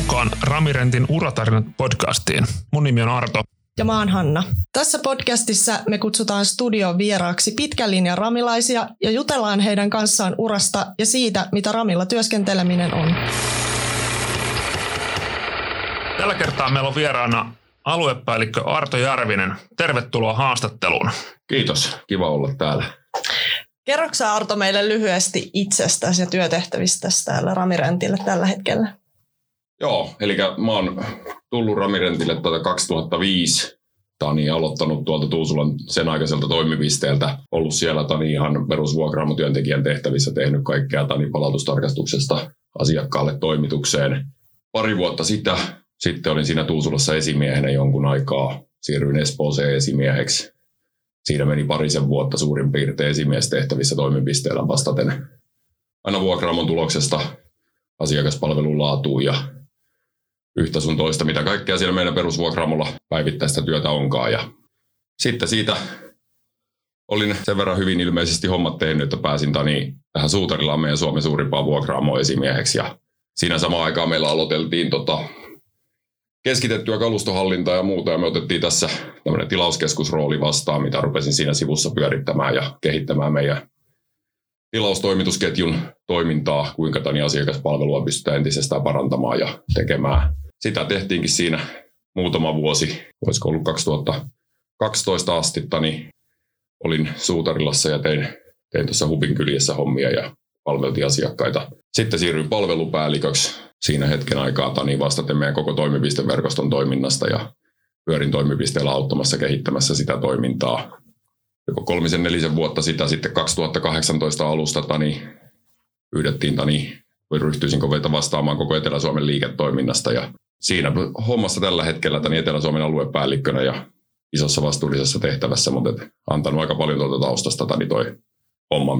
mukaan Ramirentin uratarinat podcastiin. Mun nimi on Arto. Ja mä oon Hanna. Tässä podcastissa me kutsutaan studioon vieraaksi pitkän linjan ramilaisia ja jutellaan heidän kanssaan urasta ja siitä, mitä ramilla työskenteleminen on. Tällä kertaa meillä on vieraana aluepäällikkö Arto Järvinen. Tervetuloa haastatteluun. Kiitos, kiva olla täällä. Kerroksä sä, Arto, meille lyhyesti itsestäsi ja työtehtävistäsi täällä Ramirentillä tällä hetkellä? Joo, eli mä oon tullut Ramirentille 2005. Tani aloittanut tuolta Tuusulan sen aikaiselta toimipisteeltä. Ollut siellä ihan perusvuokraamotyöntekijän tehtävissä, tehnyt kaikkea palautustarkastuksesta asiakkaalle toimitukseen. Pari vuotta sitten olin siinä Tuusulassa esimiehenä jonkun aikaa. Siirryin Espooseen esimieheksi. Siinä meni parisen vuotta suurin piirtein esimiestehtävissä toimipisteellä vastaten aina vuokraamon tuloksesta asiakaspalvelun laatuun ja yhtä sun toista, mitä kaikkea siellä meidän perusvuokraamolla päivittäistä työtä onkaan. Ja sitten siitä olin sen verran hyvin ilmeisesti hommat tehnyt, että pääsin tähän Suutarilaan meidän Suomen suurimpaan vuokraamoon esimieheksi. Ja siinä samaan aikaan meillä aloiteltiin keskitettyä kalustohallintaa ja muuta, ja me otettiin tässä tämmöinen tilauskeskusrooli vastaan, mitä rupesin siinä sivussa pyörittämään ja kehittämään meidän tilaustoimitusketjun toimintaa, kuinka asiakaspalvelua pystytään entisestään parantamaan ja tekemään. Sitä tehtiinkin siinä muutama vuosi, olisiko ollut 2012 asti, olin Suutarilassa ja tein tuossa Hubin kyljessä hommia ja palveltiin asiakkaita. Sitten siirryin palvelupäälliköksi siinä hetken aikaa vastaten meidän koko toimipisteverkoston toiminnasta ja pyörin toimipisteellä auttamassa kehittämässä sitä toimintaa. Joko 3-4 vuotta sitten 2018 alusta pyydettiin ryhtyisin veitä vastaamaan koko Etelä-Suomen liiketoiminnasta ja siinä hommassa tällä hetkellä Etelä-Suomen aluepäällikkönä ja isossa vastuullisessa tehtävässä, mutta antanut aika paljon taustasta toi homma,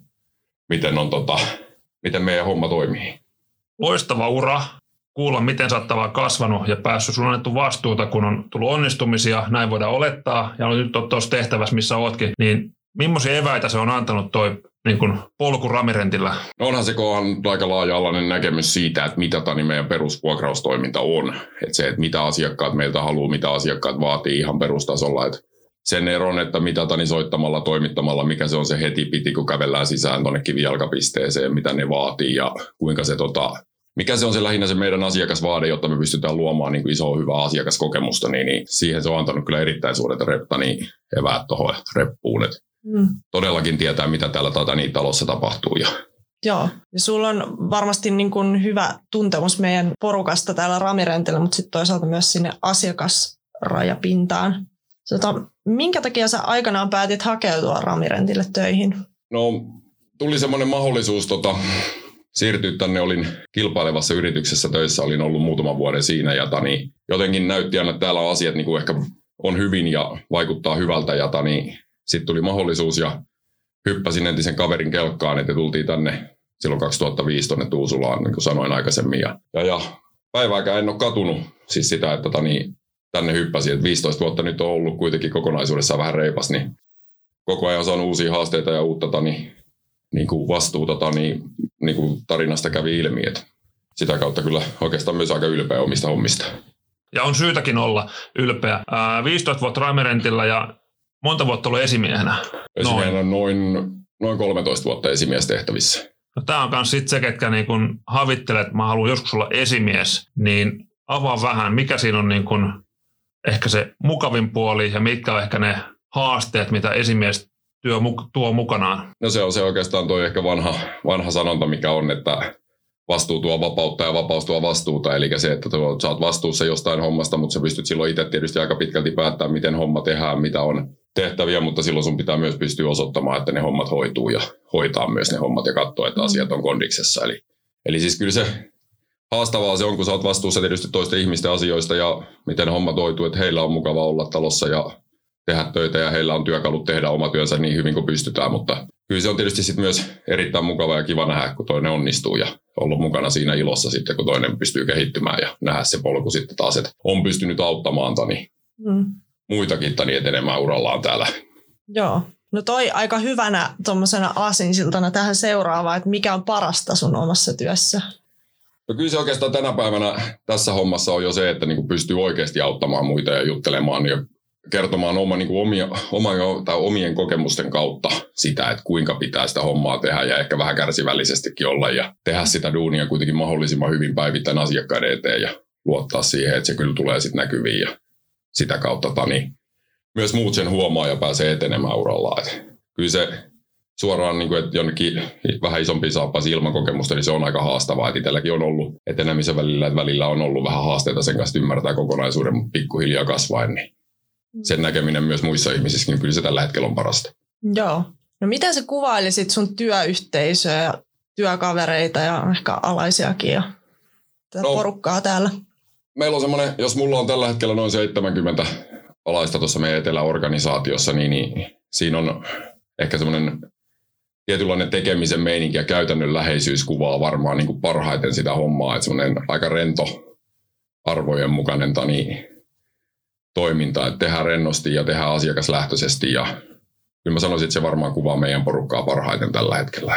miten meidän homma toimii. Loistava ura. Kuulla, miten sä oot kasvanut ja päässyt. Sun on annettu vastuuta, kun on tullut onnistumisia, näin voidaan olettaa, ja nyt oot tuossa tehtävässä, missä ootkin. Niin millaisia eväitä se on antanut toi polku Ramirentillä? No onhan se, kun on aika laaja-alainen näkemys siitä, että mitä meidän perusvuokraustoiminta on. Että se, että mitä asiakkaat meiltä haluaa, mitä asiakkaat vaatii ihan perustasolla. Että sen eron, että mitä soittamalla, toimittamalla, mikä se on se heti piti, kun kävellään sisään tuonne kivijalkapisteeseen, mitä ne vaatii ja kuinka se mikä se on se lähinnä se meidän asiakasvaade, jotta me pystytään luomaan isoa hyvää asiakaskokemusta, niin siihen se on antanut kyllä erittäin suuret eväät tuohon reppuun. Todellakin tietää, mitä täällä talossa tapahtuu. Joo, ja sulla on varmasti hyvä tuntemus meidän porukasta täällä Ramirentillä, mutta sitten toisaalta myös sinne asiakasrajapintaan. Minkä takia sä aikanaan päätit hakeutua Ramirentille töihin? No, tuli semmoinen mahdollisuus siirtyä tänne, olin kilpailevassa yrityksessä töissä, olin ollut muutaman vuoden siinä ja jotenkin näytti aina, että täällä asiat ehkä on hyvin ja vaikuttaa hyvältä ja sitten tuli mahdollisuus ja hyppäsin entisen kaverin kelkkaan, että tultiin tänne silloin 2005 tuonne Tuusulaan, niin kuin sanoin aikaisemmin ja päivääkään en ole katunut siis sitä, että tänne hyppäsin, että 15 vuotta nyt on ollut kuitenkin kokonaisuudessaan vähän reipas, niin koko ajan saanut uusia haasteita ja uutta vastuuta niin kuin tarinasta kävi ilmi, että sitä kautta kyllä oikeastaan myös aika ylpeä omista hommista. Ja on syytäkin olla ylpeä. 15 vuotta Ramirentillä ja monta vuotta ollut esimiehenä? Esimiehenä noin 13 vuotta esimiestehtävissä. No, tämä on myös sitten se, ketkä havittelee, että mä haluan joskus olla esimies, niin avaa vähän, mikä siinä on ehkä se mukavin puoli ja mitkä on ehkä ne haasteet, mitä esimiestyö tuo mukanaan? No se on se oikeastaan toi ehkä vanha sanonta, mikä on, että vastuu tuo vapautta ja vapaus tuo vastuuta. Eli se, että sä oot vastuussa jostain hommasta, mutta sä pystyt silloin itse tietysti aika pitkälti päättämään, miten homma tehdään, mitä on tehtäviä, mutta silloin sun pitää myös pystyä osoittamaan, että ne hommat hoituu ja hoitaa myös ne hommat ja katsoa, että asiat on kondiksessa. Eli siis kyllä se haastavaa se on, kun sä oot vastuussa tietysti toisten ihmisten asioista ja miten homma hoituu, että heillä on mukava olla talossa ja tehdä töitä ja heillä on työkalut tehdä oma työnsä niin hyvin kuin pystytään, mutta kyllä se on tietysti sit myös erittäin mukava ja kiva nähdä, kun toinen onnistuu ja olla mukana siinä ilossa sitten, kun toinen pystyy kehittymään ja nähdä se polku sitten taas, että on pystynyt auttamaan muitakin etenemään urallaan täällä. Joo. No toi aika hyvänä tuommoisena aasinsiltana tähän seuraavaan, että mikä on parasta sun omassa työssä? No kyllä se oikeastaan tänä päivänä tässä hommassa on jo se, että niin pystyy oikeasti auttamaan muita ja juttelemaan ja kertomaan omien kokemusten kautta sitä, että kuinka pitää sitä hommaa tehdä ja ehkä vähän kärsivällisestikin olla ja tehdä sitä duunia kuitenkin mahdollisimman hyvin päivittäin asiakkaiden eteen ja luottaa siihen, että se kyllä tulee sitten näkyviin ja sitä kautta myös muut sen huomaa ja pääsee etenemään urallaan. Kyllä se suoraan, niin kuin, että jonnekin vähän isompiin saappaisiin ilman kokemusta, niin se on aika haastavaa. Että itselläkin on ollut etenemisen välillä, että välillä on ollut vähän haasteita sen kanssa, että ymmärtää kokonaisuuden, mutta pikkuhiljaa kasvaen, niin sen näkeminen myös muissa ihmisissä, niin kyllä se tällä hetkellä on parasta. Joo. No miten sä kuvailisit sun työyhteisöä ja työkavereita ja ehkä alaisiakin ja tätä porukkaa täällä? Meillä on semmoinen, jos mulla on tällä hetkellä noin 70 alaista tuossa meidän eteläorganisaatiossa, niin siinä on ehkä semmoinen tietynlainen tekemisen meininki ja käytännön läheisyys kuvaa varmaan niin kuin parhaiten sitä hommaa. Että semmoinen aika rento arvojen mukainen toiminta, että tehdään rennosti ja tehdään asiakaslähtöisesti. Ja kyllä mä sanoisin, että se varmaan kuvaa meidän porukkaa parhaiten tällä hetkellä.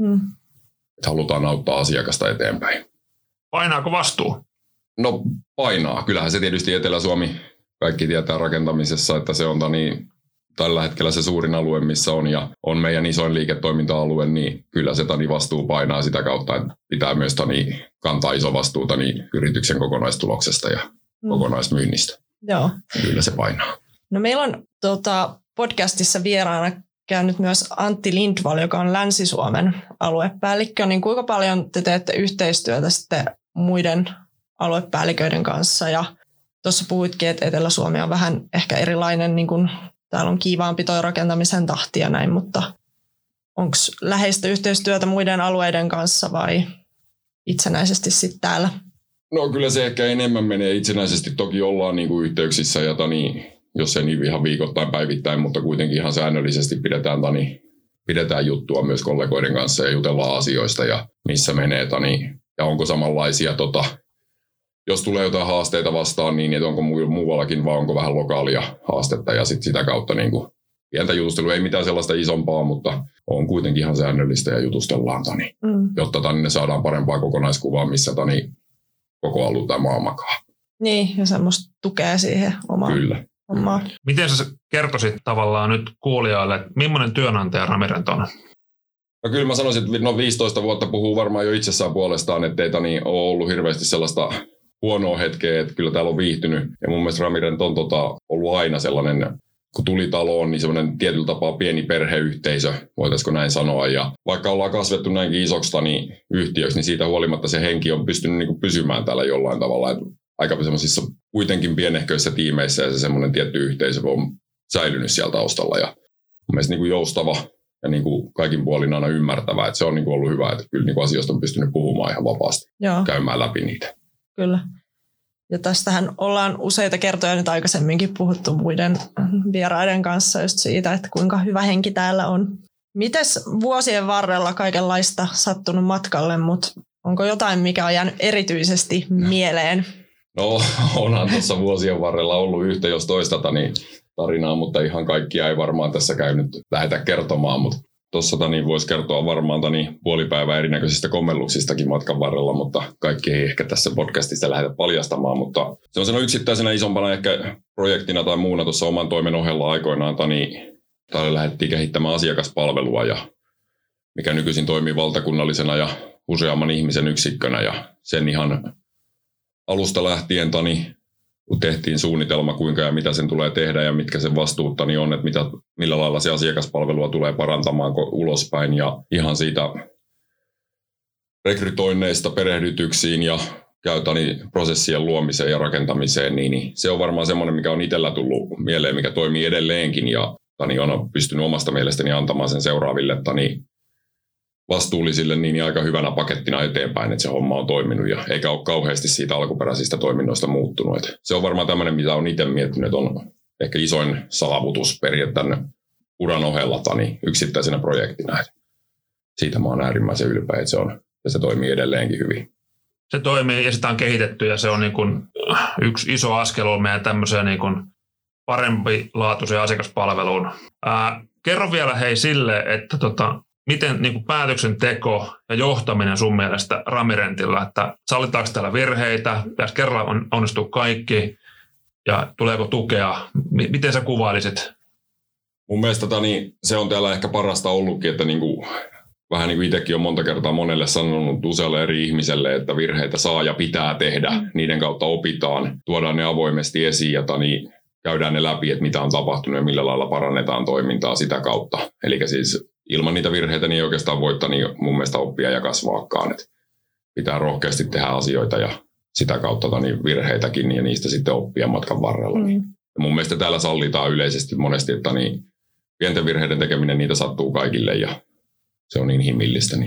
Että halutaan auttaa asiakasta eteenpäin. Painaako vastuu? No painaa. Kyllähän se tietysti Etelä-Suomi kaikki tietää rakentamisessa, että se on tällä hetkellä se suurin alue, missä on ja on meidän isoin liiketoiminta-alue, niin kyllä se vastuu painaa sitä kautta, että pitää myös kantaa iso vastuuta yrityksen kokonaistuloksesta ja kokonaismyynnistä. Joo. Kyllä se painaa. No meillä on podcastissa vieraana käynyt myös Antti Lindvall, joka on Länsi-Suomen aluepäällikkö. Niin kuinka paljon te teette yhteistyötä sitten muiden aluepäälliköiden kanssa? Ja tuossa puhuitkin, että Etelä-Suomi on vähän ehkä erilainen, niin kuin täällä on kiivaampi toi rakentamisen tahti ja näin, mutta onko läheistä yhteistyötä muiden alueiden kanssa vai itsenäisesti sitten täällä? No kyllä se ehkä enemmän menee itsenäisesti. Toki ollaan niin kuin yhteyksissä ja jos ei niin ihan viikoittain päivittäin, mutta kuitenkin ihan säännöllisesti pidetään juttua myös kollegoiden kanssa ja jutellaan asioista ja missä menee ja onko samanlaisia jos tulee jotain haasteita vastaan, niin että onko muuallakin vai onko vähän lokaalia haastetta ja sitten sitä kautta pientä jutustelua. Ei mitään sellaista isompaa, mutta on kuitenkin ihan säännöllistä ja jutustellaan, jotta ne saadaan parempaa kokonaiskuvaa, missä koko alue tai maa makaa. Niin, ja semmoista tukea siihen omaan hommaan. Miten sä kertoisit tavallaan nyt kuulijoille, että millainen työnantaja Ramirent on? No kyllä mä sanoisin, että 15 vuotta puhuu varmaan jo itsessään puolestaan, ettei ole ollut hirveästi sellaista huonoa hetkeä, että kyllä täällä on viihtynyt. Ja mun mielestä Ramirent on ollut aina sellainen, kun tuli taloon, niin semmoinen tietyllä tapaa pieni perheyhteisö, voitaisiko näin sanoa. Ja vaikka ollaan kasvettu näinkin isoksi yhtiöksi, niin siitä huolimatta se henki on pystynyt pysymään täällä jollain tavalla. Että aika semmoisissa kuitenkin pienehköissä tiimeissä ja se semmoinen tietty yhteisö on säilynyt siellä taustalla. Ja mun mielestä joustava ja kaikin puolin aina ymmärtävä, että se on ollut hyvä, että kyllä asioista on pystynyt puhumaan ihan vapaasti, käymään läpi niitä. Kyllä. Ja tästähän ollaan useita kertoja nyt aikaisemminkin puhuttu muiden vieraiden kanssa just siitä, että kuinka hyvä henki täällä on. Mites vuosien varrella kaikenlaista sattunut matkalle, mutta onko jotain, mikä on jäänyt erityisesti mieleen? No onhan tuossa vuosien varrella ollut yhtä jos toista tarinaa, mutta ihan kaikkia ei varmaan tässä käynyt lähdetä kertomaan, mutta tuossa voisi kertoa varmaan puolipäivää erinäköisistä kommelluksistakin matkan varrella, mutta kaikki ei ehkä tässä podcastissa lähdetä paljastamaan, mutta sellaisena yksittäisenä isompana ehkä projektina tai muuna tuossa oman toimen ohella aikoinaan lähdettiin kehittämään asiakaspalvelua, ja mikä nykyisin toimii valtakunnallisena ja useamman ihmisen yksikkönä, ja sen ihan alusta lähtien kun tehtiin suunnitelma, kuinka ja mitä sen tulee tehdä ja mitkä sen vastuutta on, että millä lailla se asiakaspalvelua tulee parantamaan ulospäin ja ihan siitä rekrytoinneista perehdytyksiin ja prosessien luomiseen ja rakentamiseen, niin se on varmaan semmoinen, mikä on itsellä tullut mieleen, mikä toimii edelleenkin ja on pystynyt omasta mielestäni antamaan sen seuraaville vastuullisille aika hyvänä pakettina eteenpäin, että se homma on toiminut ja eikä ole kauheasti siitä alkuperäisistä toiminnoista muuttunut. Että se on varmaan tämmöinen, mitä on itse miettinyt, että on ehkä isoin saavutus periaatteessa uran ohella yksittäisenä projektina. Että siitä mä oon äärimmäisen ylpeä, että se toimii edelleenkin hyvin. Se toimii ja sitä on kehitetty ja se on yksi iso askel on meidän tämmöiseen parempi laatuiseen asiakaspalveluun. Kerro vielä sille, että miten niin kuin päätöksenteko ja johtaminen sun mielestä Ramirentilla, että sallitaanko täällä virheitä, pitäisi kerralla onnistua kaikki ja tuleeko tukea, miten sä kuvailisit? Mun mielestä se on täällä ehkä parasta ollutkin, että vähän niin kuin itsekin on monta kertaa monelle sanonut usealle eri ihmiselle, että virheitä saa ja pitää tehdä, niiden kautta opitaan, tuodaan ne avoimesti esiin ja käydään ne läpi, että mitä on tapahtunut ja millä lailla parannetaan toimintaa sitä kautta. Eli siis ilman niitä virheitä niin ei oikeastaan voi mun mielestä oppia ja kasvaakaan. Että pitää rohkeasti tehdä asioita ja sitä kautta virheitäkin ja niistä sitten oppia matkan varrella. Ja mun mielestä täällä sallitaan yleisesti monesti, että pienten virheiden tekeminen niitä sattuu kaikille ja se on inhimillistä.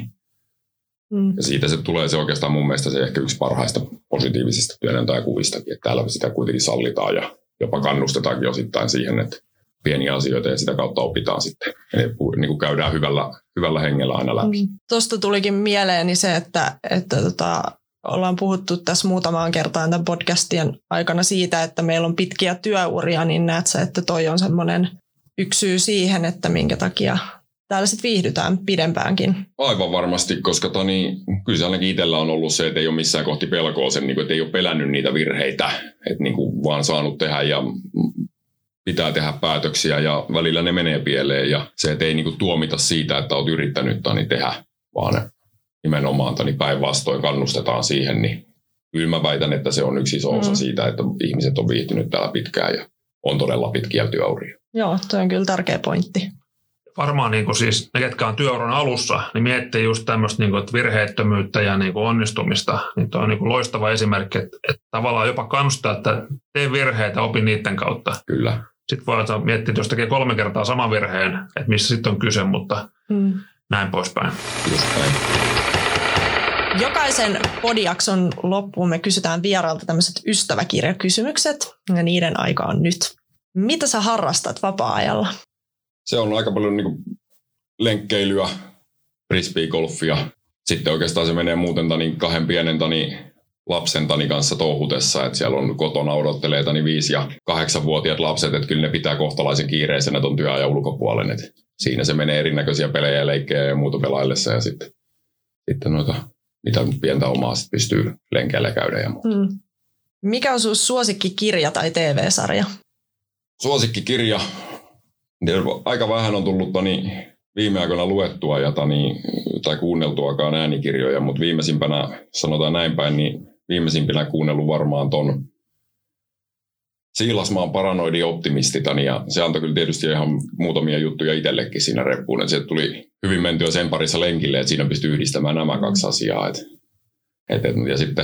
Ja siitä se tulee se oikeastaan mun mielestä se ehkä yksi parhaista positiivisista työnantajakuvistakin, että täällä sitä kuitenkin sallitaan ja jopa kannustetaankin osittain siihen, että pieniä asioita ja sitä kautta opitaan sitten. Eli niin kuin käydään hyvällä hengellä aina läpi. Tuosta tulikin mieleeni se, että ollaan puhuttu tässä muutamaan kertaan tämän podcastien aikana siitä, että meillä on pitkiä työuria, niin näet sä, että toi on semmoinen yksi syy siihen, että minkä takia täällä sitten viihdytään pidempäänkin. Aivan varmasti, koska kyllä se ainakin itsellä on ollut se, että ei ole missään kohti pelkoa sen, että ei ole pelännyt niitä virheitä, että vaan saanut tehdä ja pitää tehdä päätöksiä ja välillä ne menee pieleen ja se, että ei tuomita siitä, että olet yrittänyt tehdä, vaan nimenomaan päinvastoin kannustetaan siihen, niin kyllä mä väitän, että se on yksi iso osa siitä, että ihmiset on viihtynyt täällä pitkään ja on todella pitkiä työuria. Joo, toi on kyllä tärkeä pointti. Varmaan siis ne, ketkä on työuran alussa, niin miettii just tämmöistä että virheettömyyttä ja onnistumista. Niin tuo on loistava esimerkki, että tavallaan jopa kannustaa, että tee virheitä, opi niiden kautta. Kyllä. Sitten voi miettiä, että jos tekee 3 kertaa saman virheen, että missä sitten on kyse, mutta näin poispäin. Just näin. Jokaisen podijakson loppuun me kysytään vierailta tämmöiset ystäväkirjakysymykset ja niiden aika on nyt. Mitä sä harrastat vapaa-ajalla? Se on aika paljon lenkkeilyä, frisbeegolfia. Sitten oikeastaan se menee muuten 2 pienen lapsen kanssa touhutessa. Että siellä on kotona odottelee 5- ja 8-vuotiaat lapset, että kyllä ne pitää kohtalaisen kiireisenä ton työajan ulkopuolen. Et siinä se menee erinäköisiä pelejä ja leikkejä ja muuta pelaillessa ja sitten noita, mitä pientä omaa sit pystyy lenkeillä käydä ja muuta. Mikä on sun suosikkikirja tai TV-sarja? Suosikkikirja. Aika vähän on tullut viime aikoina luettua tai kuunneltuakaan äänikirjoja, mutta viimeisimpänä, sanotaan näin päin, niin viimeisimpänä kuunnellut varmaan ton Siilasmaan Paranoidin optimistit, ja se antoi kyllä tietysti ihan muutamia juttuja itsellekin siinä reppuun, että se tuli hyvin mentyä sen parissa lenkille, että siinä pystyy yhdistämään nämä 2 asiaa. Ja sitten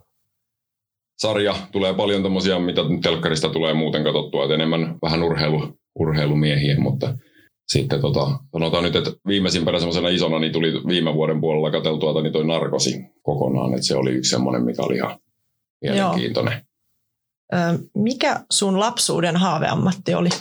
sarja tulee paljon tommosia, mitä telkkarista tulee muuten katsottua, että enemmän vähän urheilumiehiä, mutta sitten sanotaan nyt, että viimeisimpänä semmoisena isona niin tuli viime vuoden puolella katseltua toi Narkosi kokonaan, että se oli yksi semmoinen, mikä oli ihan mielenkiintoinen. Mikä sun lapsuuden haaveammatti oli?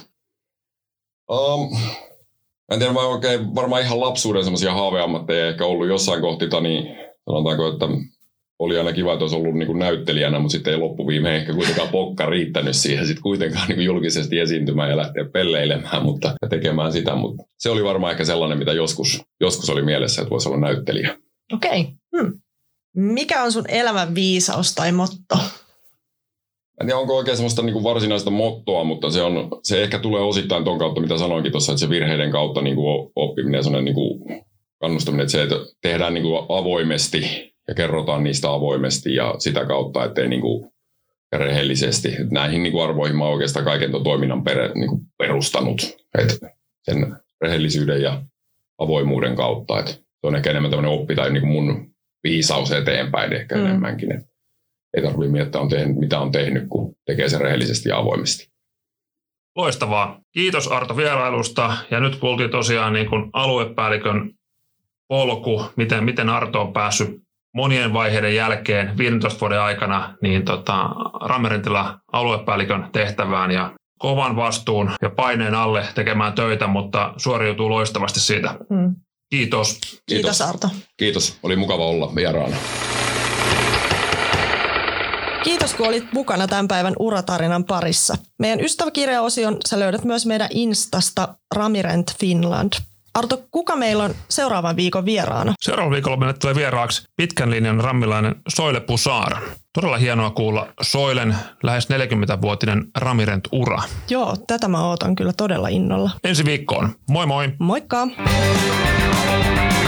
En tiedä, varmaan ihan lapsuuden semmoisia haaveammatteja ehkä ollut jossain kohti, niin sanotaanko, että oli aina kiva, että olisi ollut näyttelijänä, mutta sitten ei loppuviimeen ehkä kuitenkaan pokka riittänyt siihen sitten kuitenkaan julkisesti esiintymään ja lähteä pelleilemään ja tekemään sitä. Mutta se oli varmaan ehkä sellainen, mitä joskus oli mielessä, että voisi olla näyttelijä. Okei. Mikä on sun elämän viisaus tai motto? En tiedä, onko oikein semmoista varsinaista mottoa, mutta se ehkä tulee osittain ton kautta, mitä sanoinkin tuossa, että se virheiden kautta oppiminen ja sellainen kannustaminen, että se, että tehdään avoimesti ja kerrotaan niistä avoimesti ja sitä kautta, ettei rehellisesti. Näihin arvoihin mä oikeastaan kaiken tuon toiminnan perustanut. Et sen rehellisyyden ja avoimuuden kautta. Et se on ehkä enemmän tämmöinen oppi tai mun viisaus eteenpäin ehkä enemmänkin. Et ei tarvitse miettiä, mitä on tehnyt, kun tekee sen rehellisesti ja avoimesti. Loistavaa. Kiitos Arto vierailusta. Ja nyt kuultiin tosiaan aluepäällikön polku, miten Arto on päässyt monien vaiheiden jälkeen 15 vuoden aikana Ramirentilla aluepäällikön tehtävään ja kovan vastuun ja paineen alle tekemään töitä, mutta suoriutuu loistavasti siitä. Kiitos. Kiitos Arto. Kiitos. Oli mukava olla vieraana. Kiitos, kun olit mukana tämän päivän uratarinan parissa. Meidän ystäväkirjaosion sä löydät myös meidän Instasta Ramirent Finland. Arto, kuka meillä on seuraavan viikon vieraana? Seuraavan viikolla meille tulee vieraaksi pitkän linjan ramilainen Soile Pusaar. Todella hienoa kuulla Soilen lähes 40-vuotinen ramirent-ura. Joo, tätä mä ootan kyllä todella innolla. Ensi viikkoon. Moi moi! Moikka!